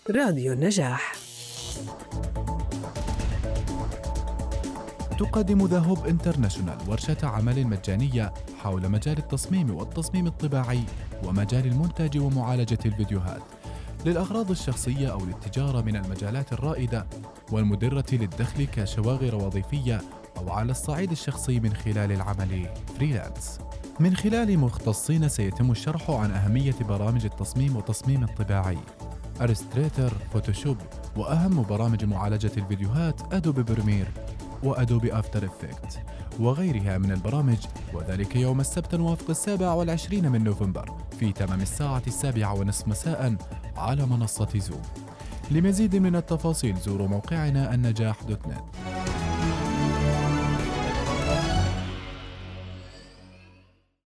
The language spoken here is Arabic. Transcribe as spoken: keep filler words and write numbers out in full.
راديو النجاح. تقدم ذا هوب انترناشونال ورشة عمل مجانية حول مجال التصميم والتصميم الطباعي ومجال المونتاج ومعالجة الفيديوهات للأغراض الشخصية أو للتجارة من المجالات الرائدة والمدرة للدخل كشواغر وظيفية أو على الصعيد الشخصي من خلال العمل فريلانس. من خلال مختصين سيتم الشرح عن أهمية برامج التصميم والتصميم الطباعي، إلستريتور، فوتوشوب، وأهم برامج معالجة الفيديوهات أدوبي بريمير وأدوبي أفتر إفكت وغيرها من البرامج، وذلك يوم السبت الموافق السابع والعشرين من نوفمبر في تمام الساعة السابعة ونصف مساء على منصة زوم. لمزيد من التفاصيل زوروا موقعنا النجاح دوت نت.